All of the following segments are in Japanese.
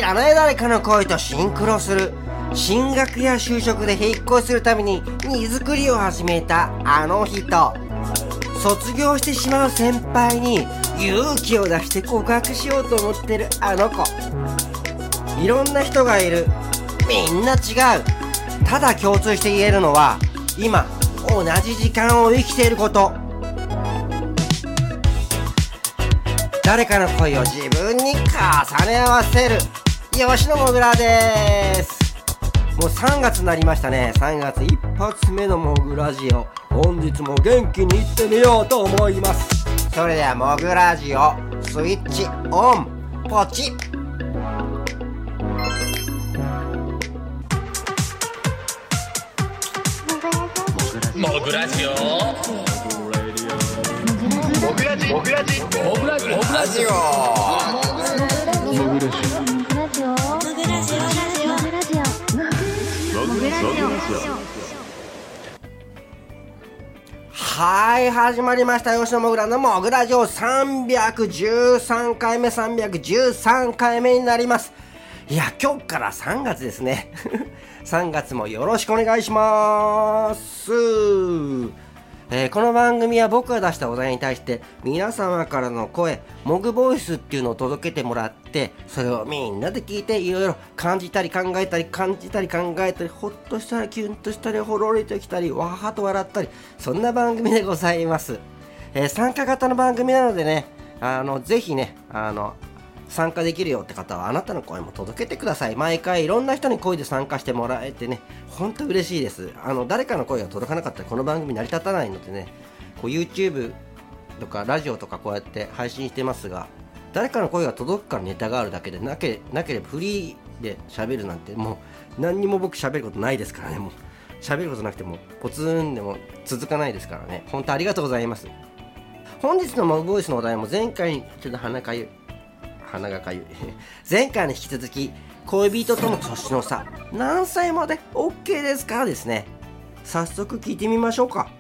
知らない誰かの声とシンクロする。進学や就職で引っ越しするために荷造りを始めたあの人、卒業してしまう先輩に勇気を出して告白しようと思ってるあの子。いろんな人がいる。みんな違う。ただ共通して言えるのは、今同じ時間を生きていること。誰かの声を自分に重ね合わせる吉野もぐらです。もう3月になりましたね。3月一発目のもぐラジオ、本日も元気にいってみようと思います。それではもぐラジオスイッチオンポチ。 もぐラジオもぐラジオもぐラジオもぐラジオもぐラジオ。はい、始まりました吉野もぐらのもぐラジオ313回目313回目になります。いや、今日から3月ですね3月もよろしくお願いします。この番組は僕が出したお題に対して皆様からの声、モグボイスっていうのを届けてもらって、それをみんなで聞いていろいろ感じたり考えたり、感じたり考えたり、ほっとしたりキュンとしたり、ほろりときたり、わはと笑ったり、そんな番組でございます。参加型の番組なのでね、ぜひね、参加できるよって方はあなたの声も届けてください。毎回いろんな人に声で参加してもらえてね、本当嬉しいです。誰かの声が届かなかったらこの番組成り立たないのでね、こう YouTube とかラジオとかこうやって配信してますが、誰かの声が届くからネタがあるだけで、なければフリーで喋るなんてもう何にも僕喋ることないですからね。もう喋ることなくてもポツンでも続かないですからね。本当ありがとうございます。本日のモグボイスのお題も前回にちょっと鼻がかゆい前回に引き続き、恋人との年の差何歳まで OK ですかですね。早速聞いてみましょうか。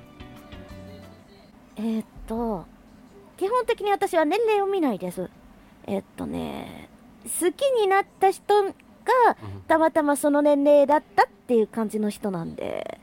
基本的に私は年齢を見ないです。好きになった人がたまたまその年齢だったっていう感じの人なんで、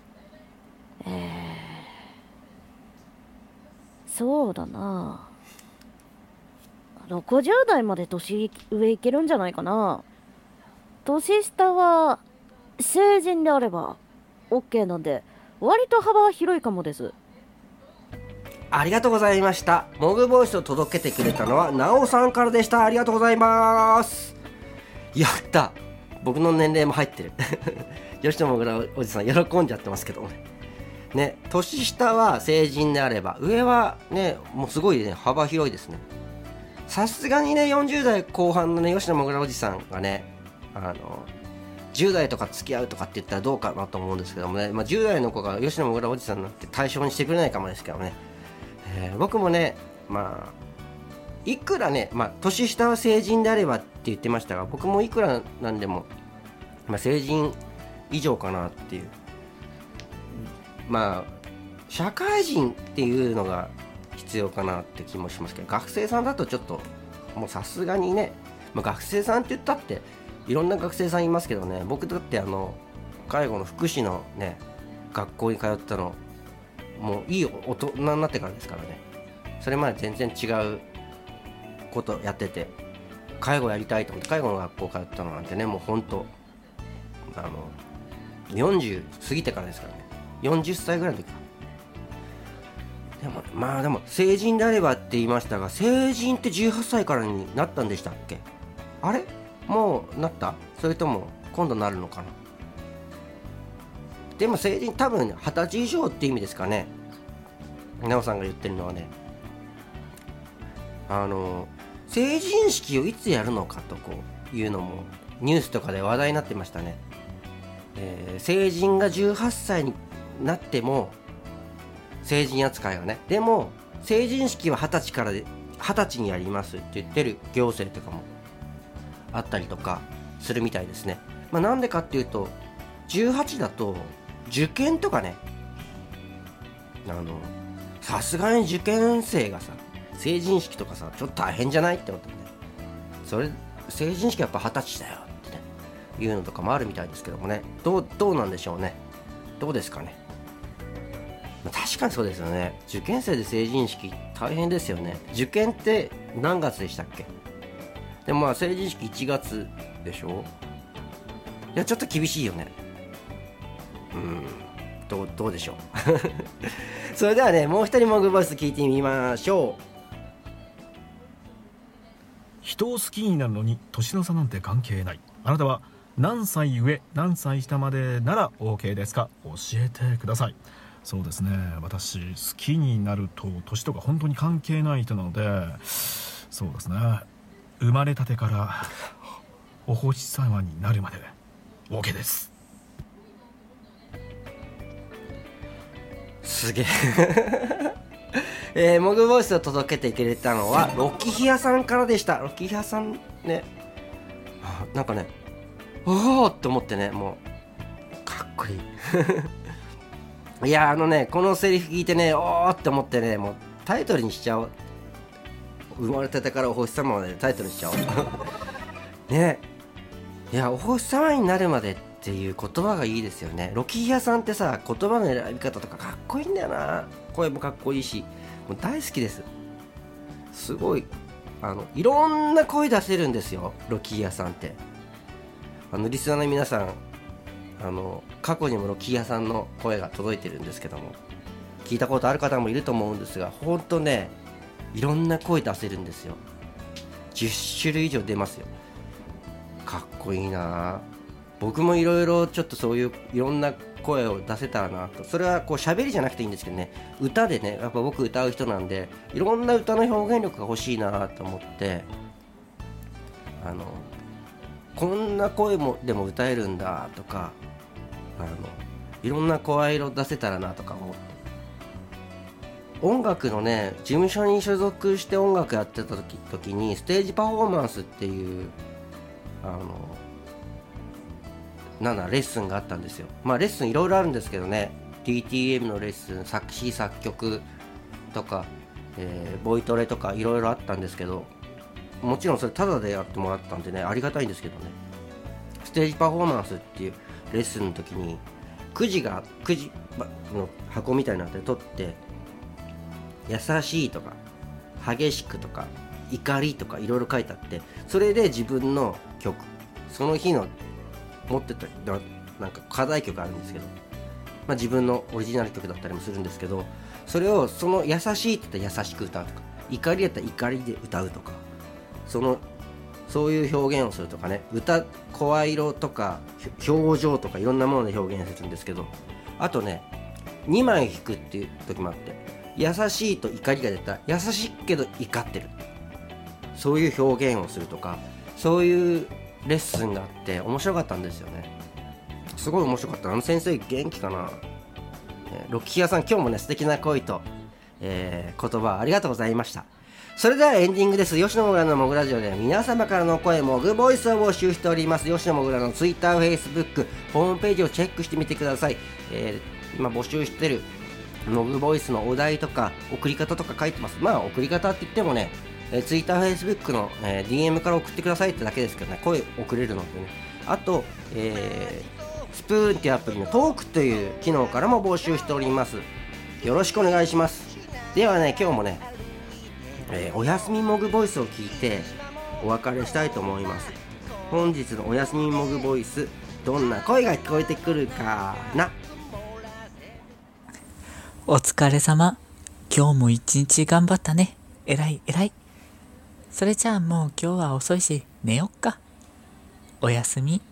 そうだな、60代まで年上いけるんじゃないかな。年下は成人であれば OK なんで、割と幅は広いかもです。 ありがとうございました。モグボイスを届けてくれたのはなおさんからでした。ありがとうございます。やった、僕の年齢も入ってる吉野もぐらおじさん喜んじゃってますけどね。年下は成人であれば、上はねもうすごいね幅広いですね。さすがにね40代後半のね吉野もぐらおじさんがね、10代とか付き合うとかって言ったらどうかなと思うんですけどもね、10代の子が吉野もぐらおじさんになって対象にしてくれないかもですけどね、僕もねいくらね、年下は成人であればって言ってましたが、僕もいくらなんでも、成人以上かなっていう、社会人っていうのが必要かなって気もしますけど、学生さんだとちょっともうさすがにね、学生さんって言ったっていろんな学生さんいますけどね、僕だって介護の福祉のね学校に通ったのもういい大人になってからですからね。それまで全然違うことやってて、介護やりたいと思って介護の学校通ったのなんてね、もうほんと40過ぎてからですからね。40歳ぐらいの時か。でも成人であればって言いましたが、成人って18歳からになったんでしたっけ。あれもうなった？それとも今度なるのかな。でも成人多分20歳以上って意味ですかね。なおさんが言ってるのはね、成人式をいつやるのかとこういうのもニュースとかで話題になってましたね。成人が18歳になっても成人扱いがね、でも成人式は20歳からで20歳にやりますって言ってる行政とかもあったりとかするみたいですね。なんでかっていうと、18だと受験とかね、さすがに受験生がさ成人式とかさちょっと大変じゃないって思ったんで、それ成人式はやっぱ20歳だよってねいうのとかもあるみたいですけどもね、どうなんでしょうね。どうですかね。確かにそうですよね。受験生で成人式大変ですよね。受験って何月でしたっけ。でもまあ成人式1月でしょ。いやちょっと厳しいよね。どうでしょうそれではね、もう一人モグボイス聞いてみましょう。 人を好きになるのに年の差なんて関係ない。あなたは何歳上何歳下までなら OK ですか。教えてください。そうですね、私好きになると年とか本当に関係ない人なので、そうですね、生まれたてからお星様になるまで OK です。 すげえモグボイスを届けてくれたのはロキヒアさんからでした。ロキヒアさんね、なんかね、おーって思ってね、もうかっこいいいやこのセリフ聞いてね、おーって思ってね、もうタイトルにしちゃおう。生まれたてからお星様までタイトルにしちゃおうね。いや、お星様になるまでっていう言葉がいいですよね。ロキヒアさんってさ、言葉の選び方とかかっこいいんだよな。声もかっこいいし、もう大好きです。すごいいろんな声出せるんですよ、ロキヒアさんって。リスナーの皆さん、過去にもロキヒアさんの声が届いてるんですけども、聞いたことある方もいると思うんですが、ほんとね、いろんな声出せるんですよ。10種類以上出ますよ。かっこいいな。僕もいろいろちょっとそういういろんな声を出せたらなと。それはこう喋りじゃなくていいんですけどね、歌でね、やっぱ僕歌う人なんで、いろんな歌の表現力が欲しいなと思って、こんな声もでも歌えるんだとか、いろんな声色出せたらなとか思って、音楽のね、事務所に所属して音楽やってた時にステージパフォーマンスっていうレッスンがあったんですよ。まあレッスンいろいろあるんですけどね、 DTM のレッスン、作詞作曲とか、ボイトレとかいろいろあったんですけど、もちろんそれタダでやってもらったんでね、ありがたいんですけどね。ステージパフォーマンスっていうレッスンの時にくじの箱みたいなので取って、優しいとか激しくとか怒りとかいろいろ書いてあって、それで自分の曲、その日の持ってたなんか課題曲あるんですけど、まあ、自分のオリジナル曲だったりもするんですけど、それをその優しいって言ったら優しく歌うとか、怒りだったら怒りで歌うとか、そういう表現をするとかね、声色とか表情とかいろんなもので表現するんですけど、あとね、2枚弾くっていう時もあって、優しいと怒りが出たら優しいけど怒ってる、そういう表現をするとか、そういうレッスンがあって面白かったんですよね。すごい面白かった。先生元気かな。ロキヒアさん、今日もね素敵な声と、言葉ありがとうございました。それではエンディングです。吉野もぐらのもぐラジオでは皆様からの声、もぐボイスを募集しております。吉野もぐらの Twitter、Facebook、ホームページをチェックしてみてください。今募集してるモグボイスのお題とか送り方とか書いてます。まあ送り方って言ってもね、Twitter、Facebook の、DM から送ってくださいってだけですけどね、声送れるのでね。あと、スプーンっていうアプリのトークという機能からも募集しております。よろしくお願いします。ではね、今日もね、おやすみモグボイスを聞いてお別れしたいと思います。本日のおやすみモグボイス、どんな声が聞こえてくるかな。 お疲れ様。今日も一日頑張ったね。えらいえらい。それじゃあもう今日は遅いし寝よっか。おやすみ。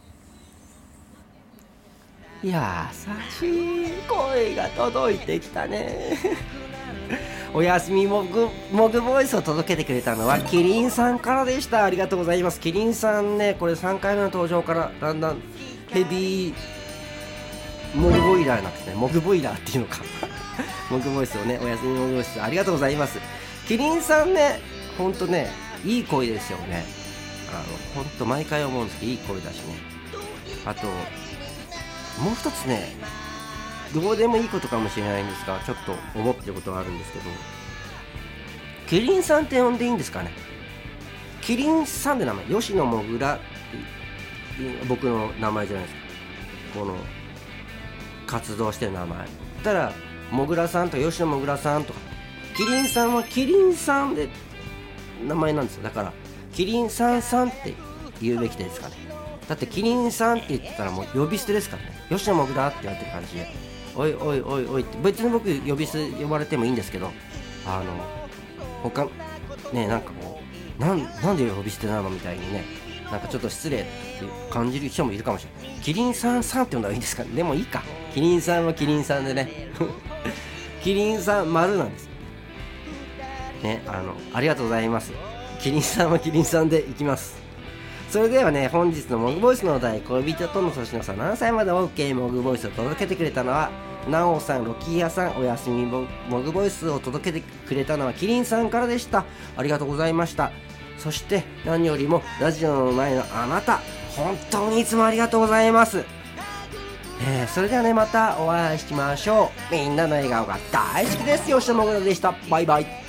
優しい声が届いてきたねおやすみモグボイスを届けてくれたのはキリンさんからでした。ありがとうございます。キリンさんね、これ3回目の登場からだんだんヘビーモグボイラーなくてね、モグボイラーっていうのかモグボイスをね、おやすみモグボイスありがとうございます。キリンさんね、ほんとね、いい声ですよね。ほんと毎回思うんですけど、いい声だしね。あともう一つね、どうでもいいことかもしれないんですが、ちょっと思ってることがあるんですけど、キリンさんって呼んでいいんですかね。 キリンさんで名前、吉野もぐらっていう僕の名前じゃないですか。この活動してる名前たら、もぐらさんとか吉野もぐらさんとか、キリンさんはキリンさんで名前なんですよ。だからキリンさんさんって言うべきですかね。だってキリンさんって言ってたらもう呼び捨てですからね。吉野もぐらって言われてる感じで、おいおいおいおいって、別に僕呼び捨て呼ばれてもいいんですけど、他ね、なんかこうなんで呼び捨てなのみたいにね、なんかちょっと失礼って感じる人もいるかもしれない。キリンさんさんって呼んだらいいですかね。でもいいか、キリンさんはキリンさんでねキリンさん丸なんですね。ありがとうございます。キリンさんはキリンさんでいきます。それではね、本日のモグボイスのお題、恋人との年の差何歳まで OK モグボイスを届けてくれたのはなおさん、ロキーヤさん、おやすみモグボイスを届けてくれたのはキリンさんからでした。ありがとうございました。そして何よりもラジオの前のあなた、本当にいつもありがとうございます。それではね、またお会いしましょう。みんなの笑顔が大好きです。吉野もぐらでした。バイバイ。